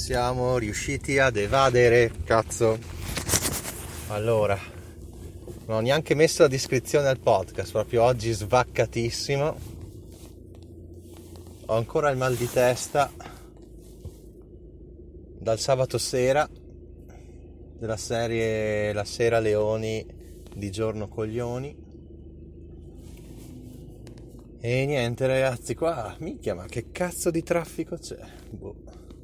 Siamo riusciti ad evadere, cazzo. Allora, non ho neanche messo la descrizione al podcast, proprio oggi svaccatissimo. Ho ancora il mal di testa dal sabato sera della serie La sera leoni, di giorno coglioni. E niente ragazzi, qua, minchia, ma che cazzo di traffico c'è? Boh.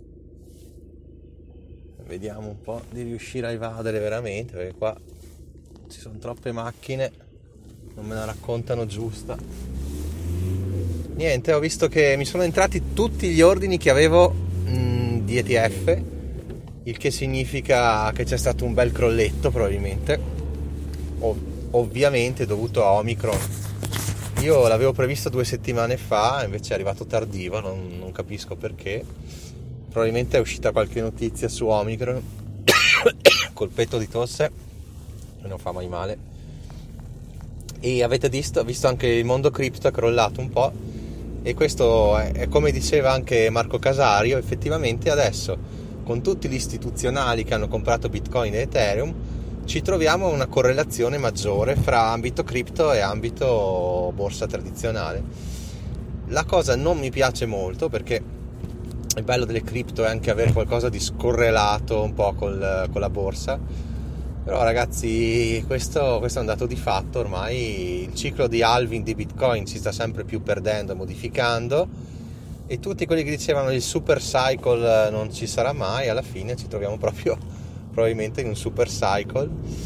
Vediamo un po' di riuscire a evadere veramente, perché qua ci sono troppe macchine, non me la raccontano giusta. Niente, ho visto che mi sono entrati tutti gli ordini che avevo di ETF, il che significa che c'è stato un bel crolletto probabilmente, ovviamente dovuto a Omicron. Io l'avevo previsto 2 settimane fa, invece è arrivato tardivo, non capisco perché. Probabilmente è uscita qualche notizia su Omicron, colpetto di tosse, non fa mai male. E avete visto anche il mondo cripto è crollato un po', e questo è come diceva anche Marco Casario, effettivamente adesso con tutti gli istituzionali che hanno comprato Bitcoin e Ethereum ci troviamo una correlazione maggiore fra ambito cripto e ambito borsa tradizionale. La cosa non mi piace molto, perché il bello delle cripto è anche avere qualcosa di scorrelato un po' con la borsa. Però ragazzi, questo è un dato di fatto. Ormai il ciclo di halving di Bitcoin si sta sempre più perdendo e modificando, e tutti quelli che dicevano il super cycle non ci sarà mai, alla fine ci troviamo proprio probabilmente in un super cycle,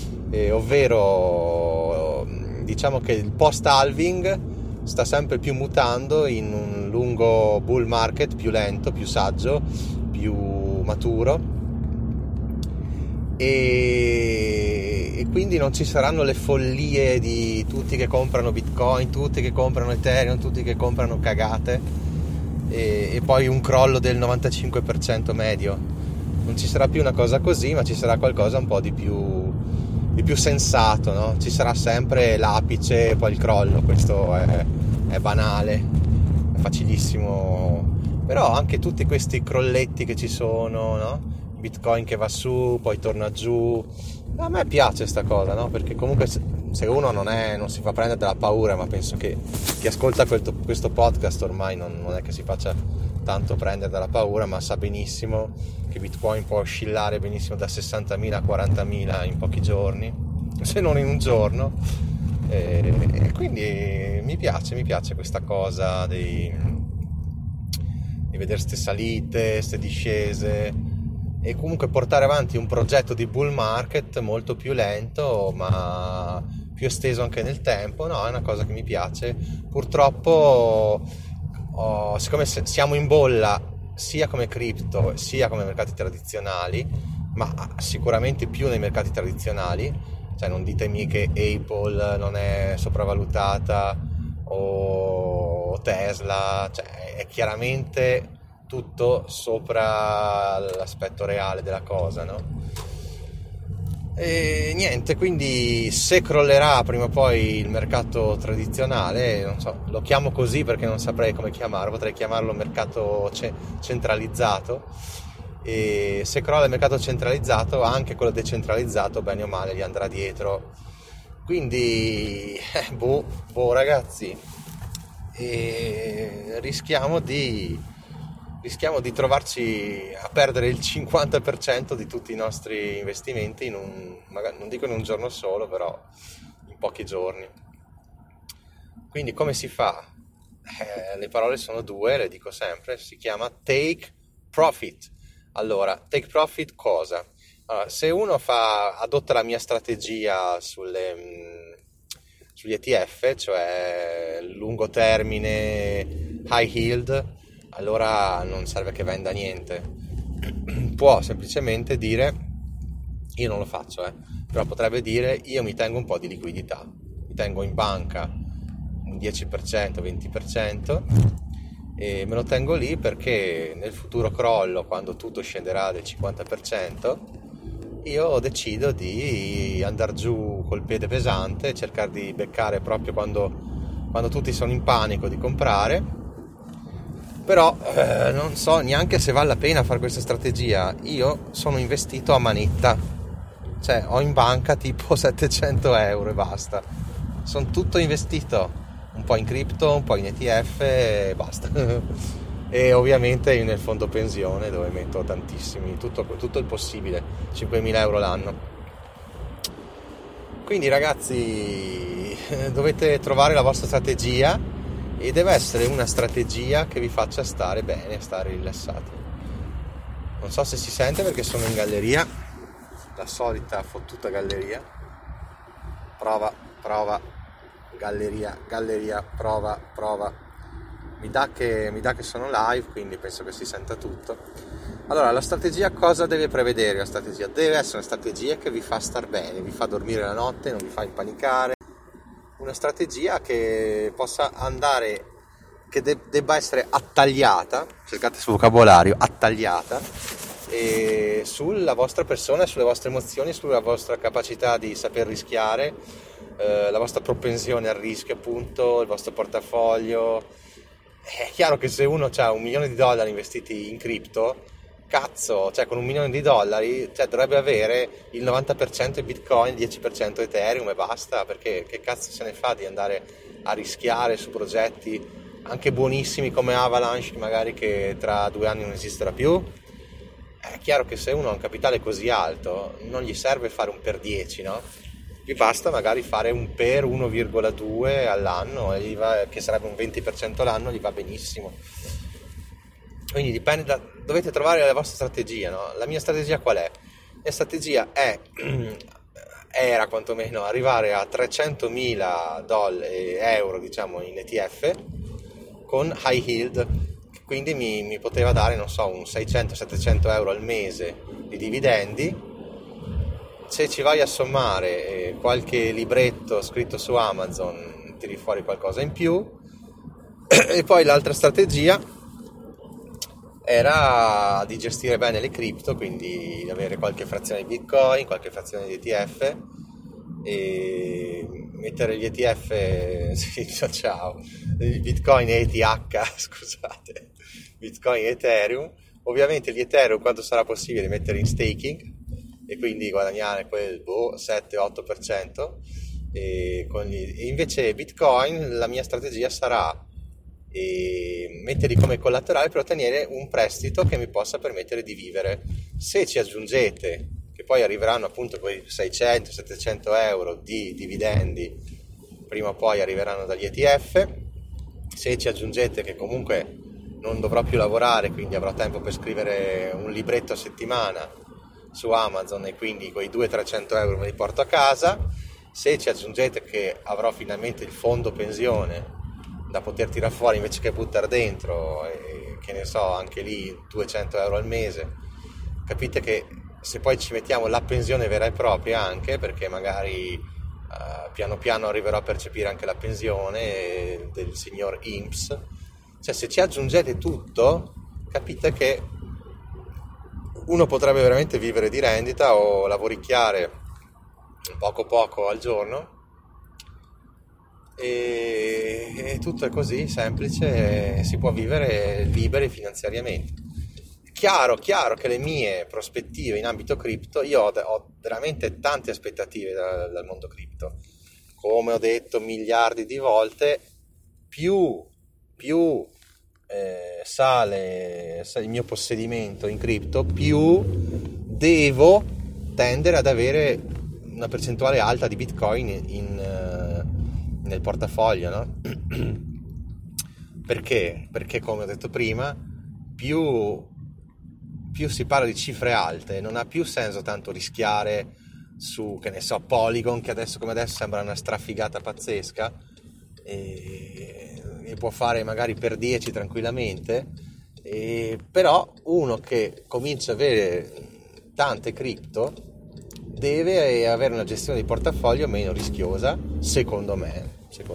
ovvero diciamo che il post halving sta sempre più mutando in un lungo bull market più lento, più saggio, più maturo, e quindi non ci saranno le follie di tutti che comprano Bitcoin, tutti che comprano Ethereum, tutti che comprano cagate, e poi un crollo del 95% medio. Non ci sarà più una cosa così, ma ci sarà qualcosa un po' di più sensato, no? Ci sarà sempre l'apice e poi il crollo. Questo è banale, è facilissimo, però anche tutti questi crolletti che ci sono, no? Bitcoin che va su, poi torna giù, a me piace sta cosa, no? Perché comunque se uno non si fa prendere dalla paura, ma penso che chi ascolta questo podcast ormai non è che si faccia tanto prendere dalla paura, ma sa benissimo che Bitcoin può oscillare benissimo da 60.000 a 40.000 in pochi giorni, se non in un giorno, e quindi mi piace questa cosa di vedere ste salite, ste discese, e comunque portare avanti un progetto di bull market molto più lento ma più esteso anche nel tempo. No, è una cosa che mi piace. Purtroppo siccome siamo in bolla sia come cripto sia come mercati tradizionali, ma sicuramente più nei mercati tradizionali, cioè non ditemi che Apple non è sopravvalutata o Tesla, cioè è chiaramente tutto sopra l'aspetto reale della cosa, no? E niente, quindi se crollerà prima o poi il mercato tradizionale, non so, lo chiamo così perché non saprei come chiamarlo, potrei chiamarlo mercato centralizzato, e se crolla il mercato centralizzato anche quello decentralizzato bene o male gli andrà dietro. Quindi boh ragazzi, rischiamo di trovarci a perdere il 50% di tutti i nostri investimenti magari, non dico in un giorno solo, però in pochi giorni. Quindi come si fa? Le parole sono 2, le dico sempre, si chiama take profit. Allora, take profit cosa? Allora, se uno adotta la mia strategia sugli ETF, cioè lungo termine, high yield, allora non serve che venda niente. Può semplicemente dire, io non lo faccio, però potrebbe dire: io mi tengo un po' di liquidità, mi tengo in banca un 10%, 20%, e me lo tengo lì perché nel futuro crollo, quando tutto scenderà del 50%, io decido di andare giù col piede pesante, cercare di beccare proprio quando tutti sono in panico di comprare, Però non so neanche se vale la pena fare questa strategia. Io sono investito a manetta, cioè ho in banca tipo 700 euro e basta, sono tutto investito, un po' in cripto, un po' in ETF e basta. E ovviamente nel fondo pensione, dove metto tantissimi, tutto il possibile, 5.000 euro l'anno. Quindi ragazzi, dovete trovare la vostra strategia, e deve essere una strategia che vi faccia stare bene, stare rilassati. Non so se si sente perché sono in galleria, la solita fottuta galleria. Prova, galleria, prova. Mi dà che sono live, quindi penso che si senta tutto. Allora, la strategia cosa deve prevedere? La strategia deve essere una strategia che vi fa star bene, vi fa dormire la notte, non vi fa impanicare. Una strategia che possa andare, che debba essere attagliata, cercate sul vocabolario, attagliata, e sulla vostra persona, sulle vostre emozioni, sulla vostra capacità di saper rischiare, la vostra propensione al rischio, appunto, il vostro portafoglio. È chiaro che se uno ha $1 milione investiti in cripto, cazzo, cioè con $1 milione, cioè dovrebbe avere il 90% in Bitcoin, il 10% Ethereum e basta, perché che cazzo se ne fa di andare a rischiare su progetti anche buonissimi come Avalanche, magari che tra 2 anni non esisterà più. È chiaro che se uno ha un capitale così alto non gli serve fare un per 10, no? Gli basta magari fare un per 1,2 all'anno, che sarebbe un 20% l'anno, gli va benissimo. Quindi dipende dovete trovare la vostra strategia, no? La mia strategia qual è? La mia strategia era quantomeno arrivare a 300.000 euro, diciamo, in ETF con high yield, quindi mi poteva dare, non so, un 600-700 euro al mese di dividendi. Se ci vai a sommare qualche libretto scritto su Amazon, tiri fuori qualcosa in più. E poi l'altra strategia era di gestire bene le cripto, quindi avere qualche frazione di Bitcoin, qualche frazione di ETF, e mettere gli ETF, sì, ciao, Bitcoin e ETH, scusate, Bitcoin e Ethereum. Ovviamente gli Ethereum, quando sarà possibile, mettere in staking e quindi guadagnare quel 7-8%, e invece Bitcoin, la mia strategia sarà metterli come collaterale per ottenere un prestito che mi possa permettere di vivere. Se ci aggiungete che poi arriveranno appunto quei 600-700 euro di dividendi, prima o poi arriveranno dagli ETF, se ci aggiungete che comunque non dovrò più lavorare, quindi avrò tempo per scrivere un libretto a settimana su Amazon, e quindi quei 200-300 euro me li porto a casa, se ci aggiungete che avrò finalmente il fondo pensione da poter tirare fuori invece che buttare dentro, e che ne so, anche lì 200 euro al mese, capite che se poi ci mettiamo la pensione vera e propria, anche perché magari piano piano arriverò a percepire anche la pensione del signor INPS, cioè se ci aggiungete tutto, capite che uno potrebbe veramente vivere di rendita o lavoricchiare poco al giorno, e tutto è così semplice, si può vivere liberi finanziariamente. Chiaro che le mie prospettive in ambito cripto, io ho veramente tante aspettative dal mondo cripto, come ho detto miliardi di volte. Più sale il mio possedimento in cripto, più devo tendere ad avere una percentuale alta di Bitcoin nel portafoglio, no? Perché come ho detto prima, più si parla di cifre alte, non ha più senso tanto rischiare su, che ne so, Polygon, che adesso come adesso sembra una strafigata pazzesca, e può fare magari per 10 tranquillamente, però uno che comincia a avere tante cripto deve avere una gestione di portafoglio meno rischiosa, secondo me.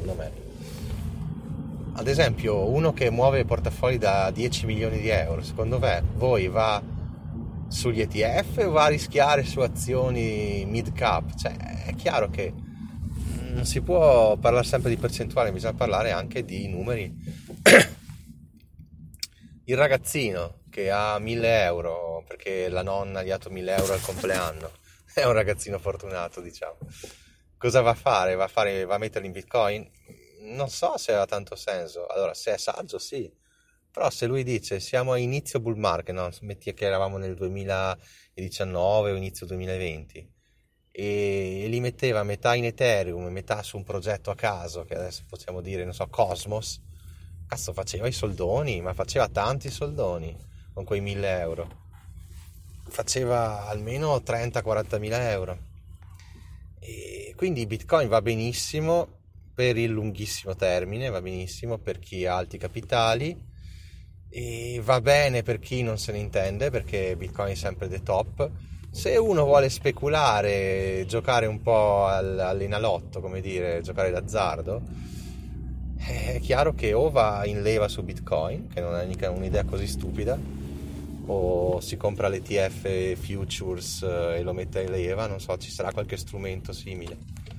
Ad esempio, uno che muove portafogli da 10 milioni di euro, secondo voi va sugli ETF o va a rischiare su azioni mid cap? Cioè, è chiaro che non si può parlare sempre di percentuale, bisogna parlare anche di numeri. il ragazzino che ha 1000 euro perché la nonna gli ha dato 1000 euro al compleanno, è un ragazzino fortunato, diciamo. Cosa va a fare? Va a metterli in Bitcoin? Non so se ha tanto senso. Allora, se è saggio, sì. Però se lui dice siamo a inizio bull market, no? Metti che eravamo nel 2019 o inizio 2020 e li metteva metà in Ethereum e metà su un progetto a caso, che adesso possiamo dire, non so, Cosmos, cazzo, faceva i soldoni, ma faceva tanti soldoni con quei 1000 euro. Faceva almeno 30-40 mila euro. E quindi Bitcoin va benissimo per il lunghissimo termine, va benissimo per chi ha alti capitali e va bene per chi non se ne intende, perché Bitcoin è sempre the top. Se uno vuole speculare, giocare un po' all'enalotto, come dire, giocare d'azzardo, è chiaro che o va in leva su Bitcoin, che non è mica un'idea così stupida, o si compra l'ETF futures e lo mette in leva, non so, ci sarà qualche strumento simile.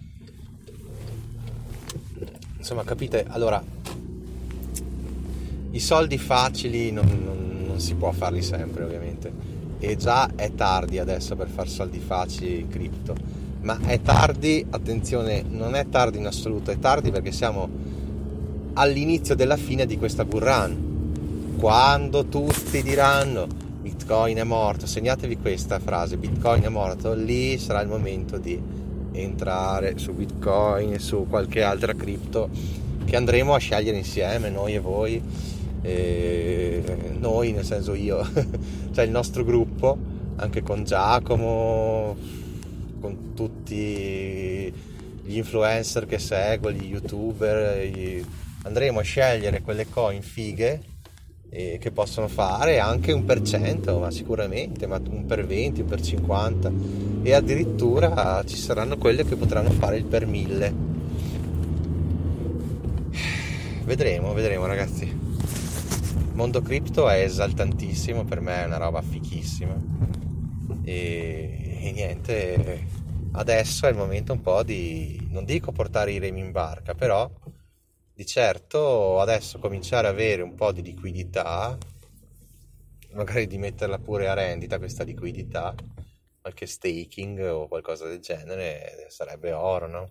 Insomma, capite? Allora, i soldi facili non si può farli sempre, ovviamente, e già è tardi adesso per far soldi facili in cripto, ma è tardi, attenzione, non è tardi in assoluto, è tardi perché siamo all'inizio della fine di questa bull run. Quando tutti diranno Bitcoin è morto, segnatevi questa frase, Bitcoin è morto, lì sarà il momento di entrare su Bitcoin e su qualche altra cripto che andremo a scegliere insieme, noi e voi, noi nel senso io, cioè il nostro gruppo, anche con Giacomo, con tutti gli influencer che seguo, gli youtuber, andremo a scegliere quelle coin fighe che possono fare anche 1%, ma sicuramente, ma 1 per 20, 1 per 50, e addirittura ci saranno quelle che potranno fare il per 1000. Vedremo ragazzi. Il mondo cripto è esaltantissimo, per me è una roba fichissima e niente, adesso è il momento un po' di, non dico portare i remi in barca, però di certo adesso cominciare ad avere un po' di liquidità, magari di metterla pure a rendita questa liquidità, qualche staking o qualcosa del genere, sarebbe oro, no?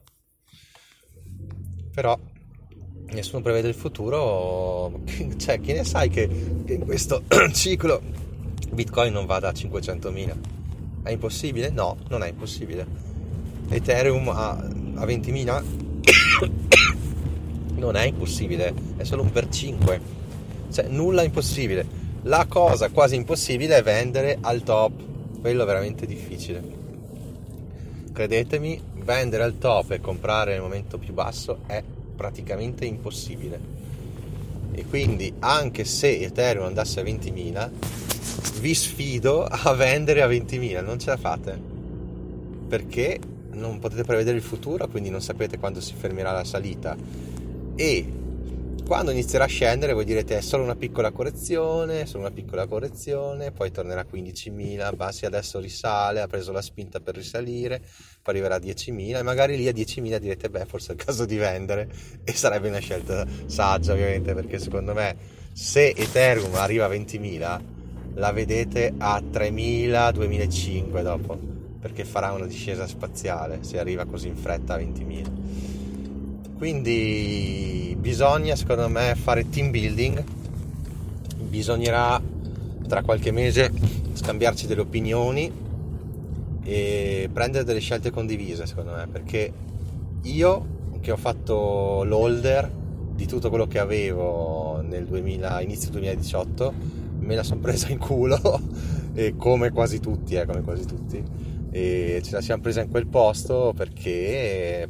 Però nessuno prevede il futuro, cioè chi ne sai che in questo ciclo Bitcoin non vada a 500.000? È impossibile? No, non è impossibile. Ethereum a 20.000? Non è impossibile, è solo 1 per 5, cioè nulla è impossibile. La cosa quasi impossibile è vendere al top, quello è veramente difficile. Credetemi, vendere al top e comprare nel momento più basso è praticamente impossibile. E quindi anche se Ethereum andasse a 20.000, vi sfido a vendere a 20.000, non ce la fate, perché non potete prevedere il futuro, quindi non sapete quando si fermerà la salita, e quando inizierà a scendere voi direte è solo una piccola correzione, poi tornerà a 15.000, basta, adesso risale, ha preso la spinta per risalire, poi arriverà a 10.000 e magari lì a 10.000 direte beh, forse è il caso di vendere, e sarebbe una scelta saggia ovviamente, perché secondo me se Ethereum arriva a 20.000 la vedete a 3.000, 2.500 dopo, perché farà una discesa spaziale se arriva così in fretta a 20.000. Quindi bisogna, secondo me, fare team building, bisognerà tra qualche mese scambiarci delle opinioni e prendere delle scelte condivise, secondo me, perché io che ho fatto l'holder di tutto quello che avevo nel inizio 2018, me la sono presa in culo e come quasi tutti, e ce la siamo presa in quel posto perché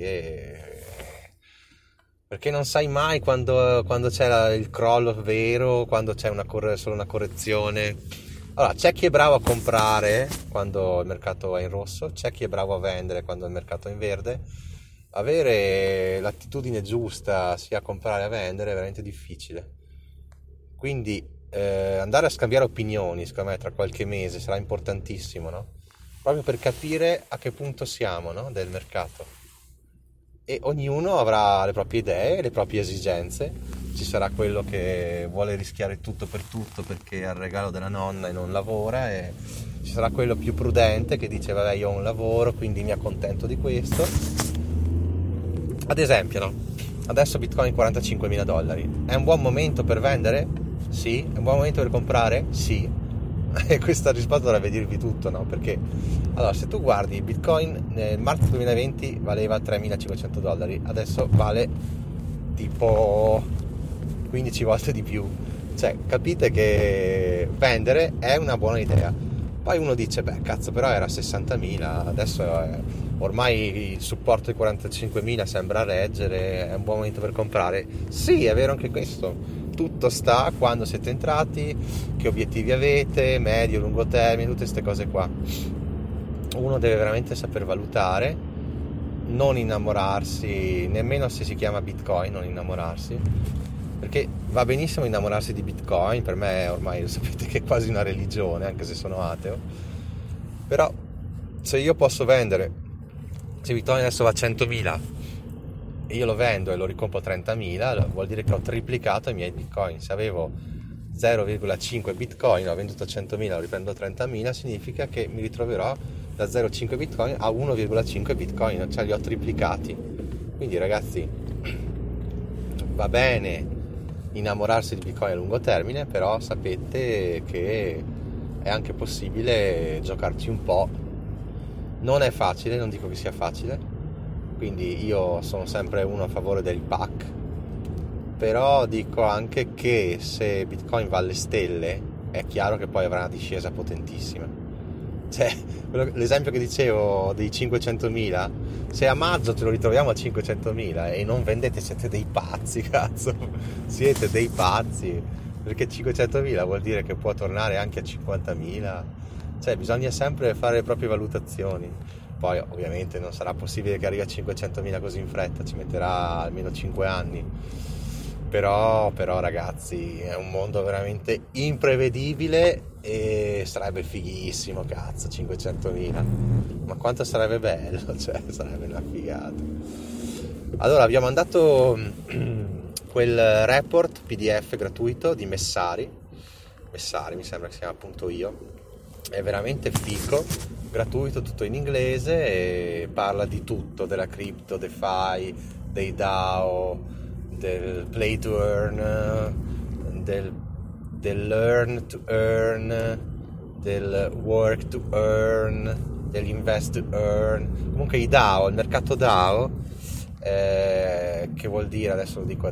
non sai mai quando c'è il crollo vero, quando c'è solo una correzione. Allora, c'è chi è bravo a comprare quando il mercato è in rosso, c'è chi è bravo a vendere quando il mercato è in verde. Avere l'attitudine giusta sia a comprare che a vendere è veramente difficile. Quindi andare a scambiare opinioni, secondo me, tra qualche mese sarà importantissimo, no? Proprio per capire a che punto siamo, no? Del mercato. E ognuno avrà le proprie idee, le proprie esigenze, ci sarà quello che vuole rischiare tutto per tutto perché ha il regalo della nonna e non lavora, e ci sarà quello più prudente che dice vabbè, io ho un lavoro quindi mi accontento di questo. Ad esempio, no? Adesso Bitcoin $45.000, è un buon momento per vendere? Sì. È un buon momento per comprare? Sì. E questa risposta dovrebbe dirvi tutto, no? Perché allora, se tu guardi Bitcoin nel marzo 2020 valeva $3.500, adesso vale tipo 15 volte di più. Cioè, capite che vendere è una buona idea. Poi uno dice beh cazzo, però era 60.000, adesso ormai il supporto di 45.000 sembra reggere, è un buon momento per comprare. Sì, è vero anche questo. Tutto sta quando siete entrati, che obiettivi avete, medio, lungo termine, tutte queste cose qua. Uno deve veramente saper valutare, non innamorarsi, nemmeno se si chiama Bitcoin, non innamorarsi, perché va benissimo innamorarsi di Bitcoin, per me ormai lo sapete che è quasi una religione, anche se sono ateo, però se io posso vendere, se Bitcoin adesso va a 100.000, e io lo vendo e lo ricompro a 30.000, vuol dire che ho triplicato i miei Bitcoin. Se avevo 0,5 Bitcoin, ho venduto a 100.000, lo riprendo a 30.000, significa che mi ritroverò da 0,5 Bitcoin a 1,5 Bitcoin, cioè li ho triplicati. Quindi ragazzi, va bene innamorarsi di Bitcoin a lungo termine, però sapete che è anche possibile giocarci un po'. Non è facile, non dico che sia facile, quindi io sono sempre uno a favore del pack, però dico anche che se Bitcoin va alle stelle è chiaro che poi avrà una discesa potentissima. Cioè, l'esempio che dicevo dei 500.000, se a maggio ce lo ritroviamo a 500.000 e non vendete, siete dei pazzi, cazzo, siete dei pazzi, perché 500.000 vuol dire che può tornare anche a 50.000, cioè bisogna sempre fare le proprie valutazioni. Poi ovviamente non sarà possibile che arrivi a 500.000 così in fretta, ci metterà almeno 5 anni, però ragazzi è un mondo veramente imprevedibile e sarebbe fighissimo, cazzo, 500.000, ma quanto sarebbe bello, cioè sarebbe una figata. Allora abbiamo mandato quel report PDF gratuito di Messari mi sembra che si chiama appunto io, è veramente fico, gratuito, tutto in inglese, e parla di tutto, della crypto, DeFi, dei DAO, del play to earn, del learn to earn, del work to earn, dell'invest to earn, comunque i DAO, il mercato DAO, che vuol dire, adesso lo dico,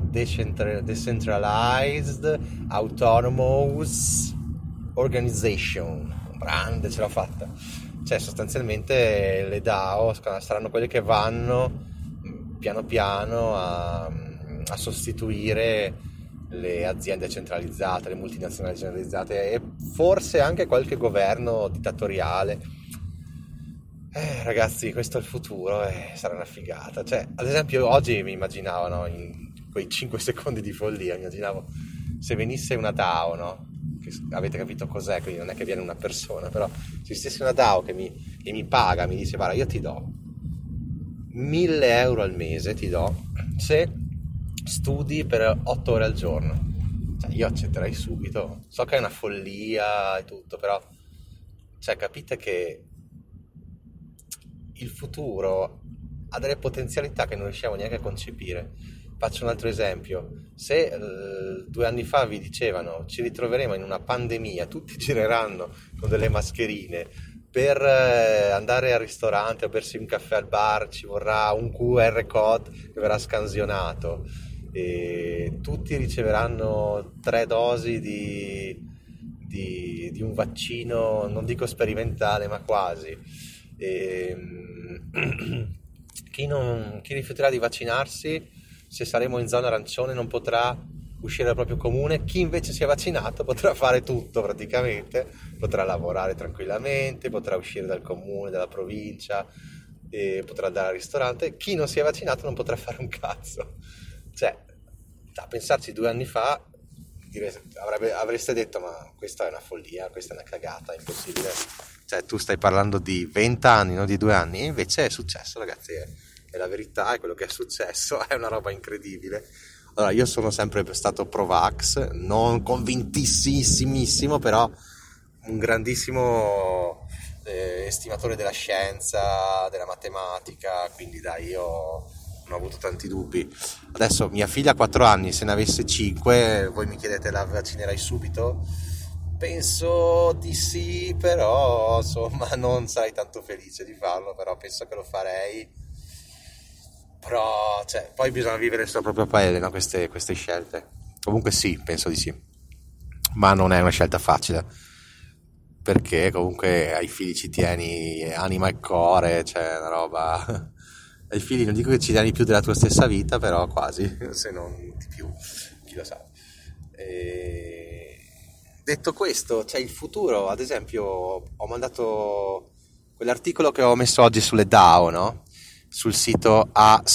Decentralized Autonomous Organization, grande, ce l'ho fatta. Cioè sostanzialmente le DAO saranno quelle che vanno piano piano a sostituire le aziende centralizzate, le multinazionali centralizzate e forse anche qualche governo dittatoriale. Ragazzi, questo è il futuro e sarà una figata. Cioè, ad esempio oggi mi immaginavo, no, in quei 5 secondi di follia, immaginavo se venisse una DAO, no? Che avete capito cos'è, quindi non è che viene una persona, però se esistesse una DAO che mi paga, mi dice guarda, io ti do 1.000 euro al mese, ti do se studi per 8 ore al giorno. Cioè, io accetterei subito. So che è una follia e tutto, però cioè capite che il futuro ha delle potenzialità che non riusciamo neanche a concepire. Faccio un altro esempio: se 2 anni fa vi dicevano ci ritroveremo in una pandemia, tutti gireranno con delle mascherine, per andare al ristorante o bersi un caffè al bar ci vorrà un QR code che verrà scansionato e tutti riceveranno 3 dosi di un vaccino, non dico sperimentale ma quasi, chi rifiuterà di vaccinarsi, se saremo in zona arancione, non potrà uscire dal proprio comune. Chi invece si è vaccinato potrà fare tutto praticamente, potrà lavorare tranquillamente, potrà uscire dal comune, dalla provincia, e potrà andare al ristorante. Chi non si è vaccinato non potrà fare un cazzo. Cioè, a pensarci 2 anni fa avreste detto ma questa è una follia, questa è una cagata, è impossibile. Cioè, tu stai parlando di 20 anni, non di 2 anni, e invece è successo, ragazzi, è la verità, è quello che è successo, è una roba incredibile. Allora, io sono sempre stato pro-vax, non convintissimissimo, però un grandissimo estimatore della scienza, della matematica, quindi dai, io non ho avuto tanti dubbi. Adesso mia figlia ha 4 anni, se ne avesse 5, voi mi chiedete la vaccinerai subito? Penso di sì, però insomma non sarei tanto felice di farlo, però penso che lo farei. Però, cioè, poi bisogna vivere sulla propria pelle, no? Queste scelte. Comunque sì, penso di sì. Ma non è una scelta facile. Perché comunque ai figli ci tieni anima e core, cioè una roba... Ai figli non dico che ci tieni più della tua stessa vita, però quasi, se non di più, chi lo sa. Detto questo, c'è il futuro, ad esempio, ho mandato quell'articolo che ho messo oggi sulle DAO, no? Sul sito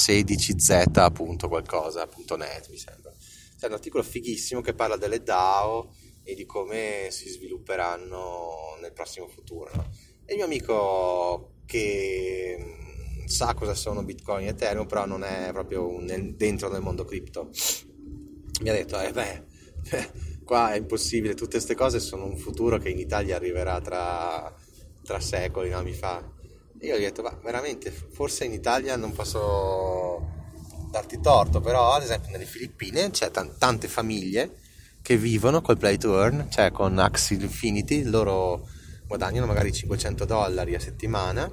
a16z.qualcosa.net, mi sembra. C'è un articolo fighissimo che parla delle DAO e di come si svilupperanno nel prossimo futuro, no? E il mio amico che sa cosa sono Bitcoin e Ethereum, però non è proprio dentro nel mondo cripto, mi ha detto, qua è impossibile, tutte queste cose sono un futuro che in Italia arriverà tra secoli, no? Mi fa. E io gli ho detto, ma veramente, forse in Italia non posso darti torto, però ad esempio nelle Filippine c'è tante famiglie che vivono col play to earn, cioè con Axie Infinity, loro guadagnano magari $500 a settimana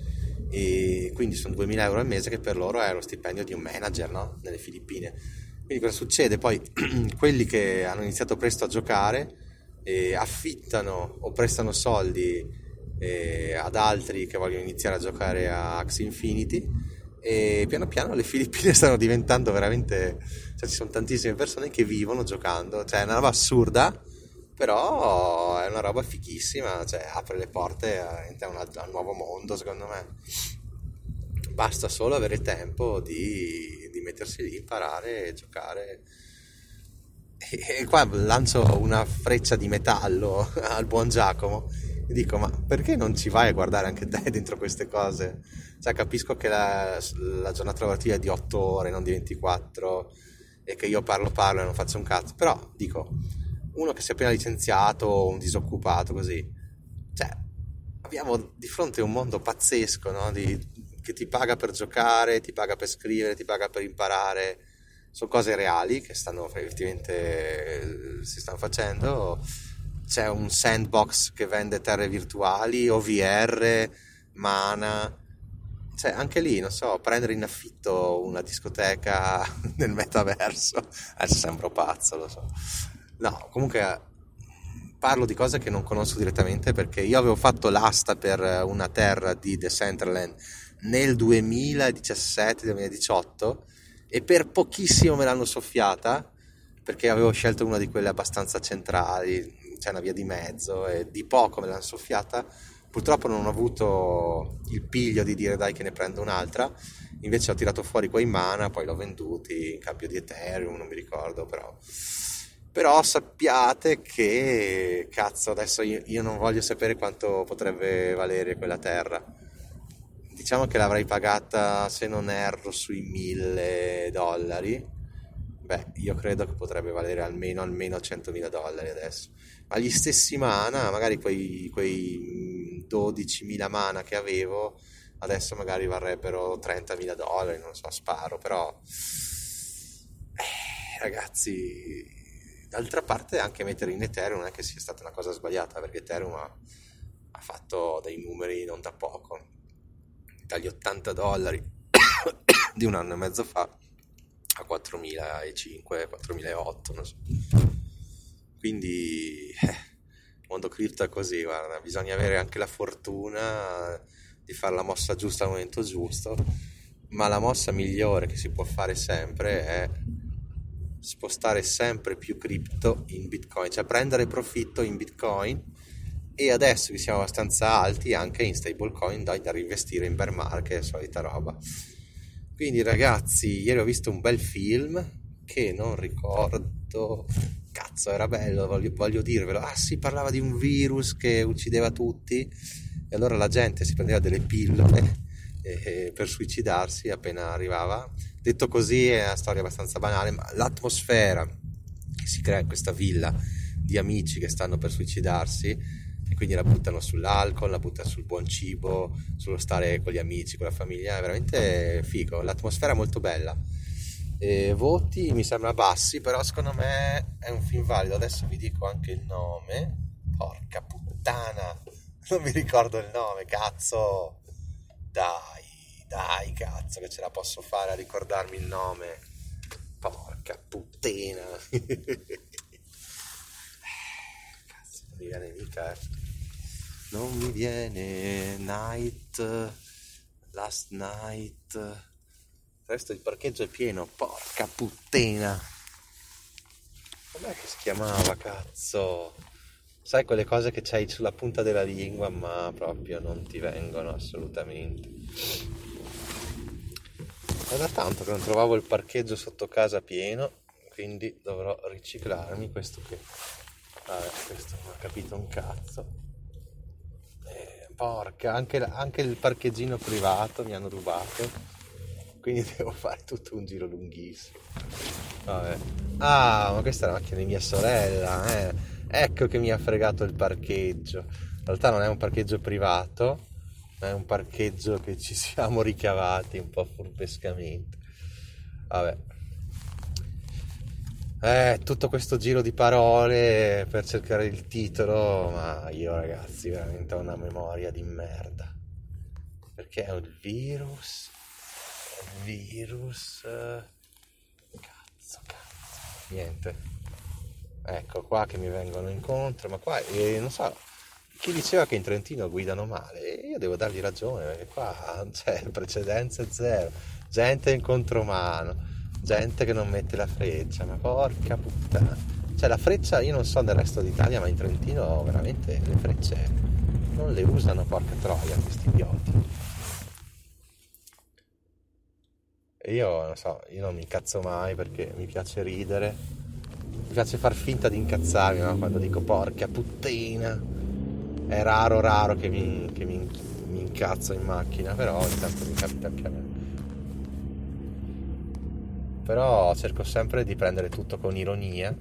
e quindi sono 2.000 euro al mese, che per loro è lo stipendio di un manager, no? Nelle Filippine. Quindi cosa succede? Poi quelli che hanno iniziato presto a giocare affittano o prestano soldi ad altri che vogliono iniziare a giocare a Axie Infinity, e piano piano le Filippine stanno diventando veramente, cioè ci sono tantissime persone che vivono giocando, cioè è una roba assurda, però è una roba fighissima, cioè apre le porte a un nuovo mondo, secondo me. Basta solo avere tempo di mettersi lì, imparare e giocare. E qua lancio una freccia di metallo al buon Giacomo e dico, ma perché non ci vai a guardare anche te dentro queste cose? Cioè, capisco che la giornata lavorativa è di 8 ore, non di 24, e che io parlo e non faccio un cazzo, però dico, uno che si è appena licenziato, un disoccupato così, cioè abbiamo di fronte un mondo pazzesco, no? Che ti paga per giocare, ti paga per scrivere, ti paga per imparare. Sono cose reali che effettivamente si stanno facendo. C'è un sandbox che vende terre virtuali, OVR, Mana, cioè anche lì, non so, prendere in affitto una discoteca nel metaverso. Adesso sembro pazzo, lo so. No, comunque parlo di cose che non conosco direttamente, perché io avevo fatto l'asta per una terra di Decentraland nel 2017-2018 e per pochissimo me l'hanno soffiata, perché avevo scelto una di quelle abbastanza centrali, c'è una via di mezzo, e di poco me l'hanno soffiata. Purtroppo non ho avuto il piglio di dire dai che ne prendo un'altra, invece ho tirato fuori quei Mana, poi l'ho venduti in cambio di Ethereum, non mi ricordo, però sappiate che cazzo, adesso io non voglio sapere quanto potrebbe valere quella terra. Diciamo che l'avrei pagata, se non erro, sui $1.000. Beh, io credo che potrebbe valere almeno $100.000 adesso. Ma gli stessi Mana, magari quei 12.000 Mana che avevo, adesso magari varrebbero $30.000, non so, sparo, però ragazzi, d'altra parte anche mettere in Ethereum non è che sia stata una cosa sbagliata, perché Ethereum ha fatto dei numeri non da poco, dagli $80 di un anno e mezzo fa a 4.500, 4.800, non so. Quindi il mondo cripto è così, guarda, bisogna avere anche la fortuna di fare la mossa giusta al momento giusto, ma la mossa migliore che si può fare sempre è spostare sempre più cripto in Bitcoin, cioè prendere profitto in Bitcoin, e adesso che siamo abbastanza alti anche in stablecoin da reinvestire in bear market, solita roba. Quindi ragazzi, ieri ho visto un bel film che non ricordo, cazzo era bello, voglio dirvelo. Ah sì, parlava di un virus che uccideva tutti, e allora la gente si prendeva delle pillole per suicidarsi appena arrivava. Detto così è una storia abbastanza banale, ma l'atmosfera che si crea in questa villa di amici che stanno per suicidarsi e quindi la buttano sull'alcol, la buttano sul buon cibo, sullo stare con gli amici, con la famiglia, è veramente figo, l'atmosfera è molto bella. E voti mi sembra bassi, però secondo me è un film valido. Adesso vi dico anche il nome. Porca puttana, non mi ricordo il nome, cazzo. Dai, cazzo, che ce la posso fare a ricordarmi il nome. Porca puttana. Cazzo, non mi viene mica, Non mi viene. Last Night. Resto il parcheggio è pieno, porca puttana. Com'è che si chiamava, cazzo? Sai quelle cose che c'hai sulla punta della lingua, ma proprio non ti vengono assolutamente. È da tanto che non trovavo il parcheggio sotto casa pieno, quindi dovrò riciclarmi. Questo non ha capito un cazzo. Porca, anche il parcheggino privato mi hanno rubato, quindi devo fare tutto un giro lunghissimo. Vabbè. Ah, ma questa è la macchina di mia sorella, Ecco che mi ha fregato il parcheggio. In realtà non è un parcheggio privato, ma è un parcheggio che ci siamo ricavati un po' furbescamente. Vabbè. Tutto questo giro di parole per cercare il titolo, ma io ragazzi veramente ho una memoria di merda. Perché è un virus. Cazzo. Niente. Ecco qua che mi vengono incontro, ma qua non so, chi diceva che in Trentino guidano male, e io devo dargli ragione, perché qua c'è precedenze zero, gente in contromano, gente che non mette la freccia, ma porca puttana. Cioè la freccia, io non so nel resto d'Italia, ma in Trentino veramente le frecce non le usano, porca troia, questi idioti. E io non so, io non mi incazzo mai perché mi piace ridere, mi piace far finta di incazzarmi, no? Quando dico porca puttana. È raro mi incazzo in macchina, però ogni tanto mi capita anche a me. Però cerco sempre di prendere tutto con ironia,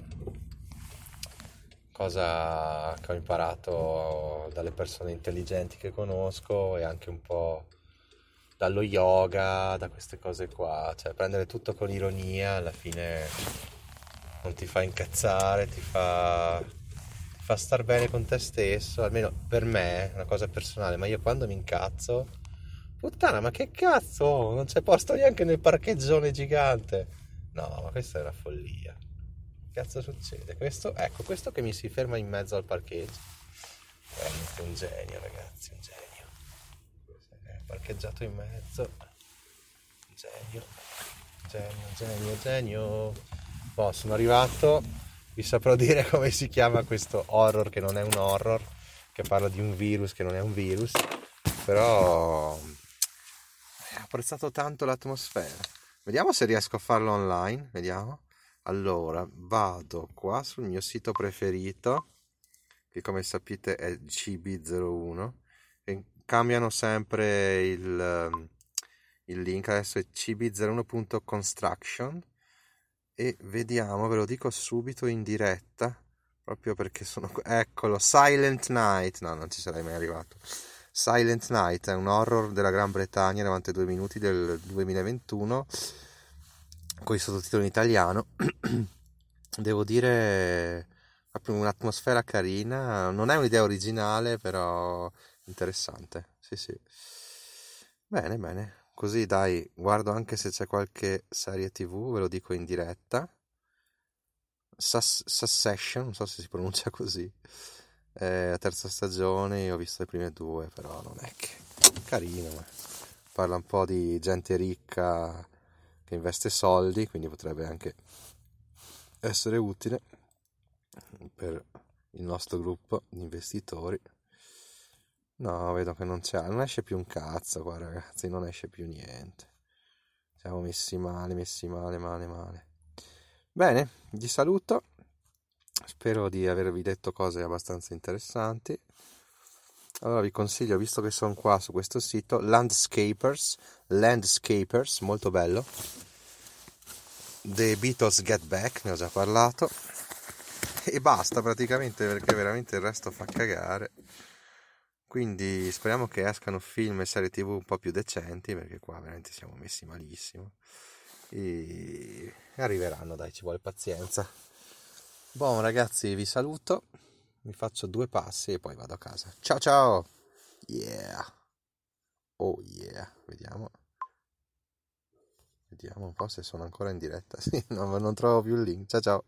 cosa che ho imparato dalle persone intelligenti che conosco e anche un po' dallo yoga, da queste cose qua. Cioè prendere tutto con ironia alla fine non ti fa incazzare, ti fa star bene con te stesso, almeno per me è una cosa personale, ma io quando mi incazzo, puttana, ma che cazzo, non c'è posto neanche nel parcheggione gigante. No, ma questa è una follia. Che cazzo succede? Questo che mi si ferma in mezzo al parcheggio è un genio, ragazzi, un genio. È parcheggiato in mezzo. Genio. Boh, sono arrivato, vi saprò dire come si chiama questo horror che non è un horror, che parla di un virus che non è un virus, però ho apprezzato tanto l'atmosfera. Vediamo se riesco a farlo online, vediamo. Allora, vado qua sul mio sito preferito, che come sapete è CB01, e cambiano sempre il link, adesso è cb01.construction, e vediamo, ve lo dico subito in diretta, proprio perché eccolo, Silent Night, no, non ci sarei mai arrivato. Silent Night è un horror della Gran Bretagna, 92 minuti del 2021, con i sottotitoli in italiano. Devo dire, proprio un'atmosfera carina, non è un'idea originale, però interessante, sì. Bene. Così dai, guardo anche se c'è qualche serie TV, ve lo dico in diretta. Succession, non so se si pronuncia così. La terza stagione, io ho visto le prime due, però non è che carino. Parla un po' di gente ricca che investe soldi, quindi potrebbe anche essere utile per il nostro gruppo di investitori. No, vedo che non esce più un cazzo qua, ragazzi, non esce più niente. Siamo messi male. Bene, vi saluto. Spero di avervi detto cose abbastanza interessanti. Allora vi consiglio, visto che sono qua su questo sito, Landscapers, molto bello. The Beatles Get Back, ne ho già parlato. E basta praticamente, perché veramente il resto fa cagare. Quindi speriamo che escano film e serie TV un po' più decenti, perché qua veramente siamo messi malissimo. E arriveranno, dai, ci vuole pazienza. Buon ragazzi, vi saluto. Mi faccio 2 passi e poi vado a casa. Ciao ciao! Yeah! Oh yeah! Vediamo. Vediamo un po' se sono ancora in diretta. Sì, no, ma non trovo più il link. Ciao ciao!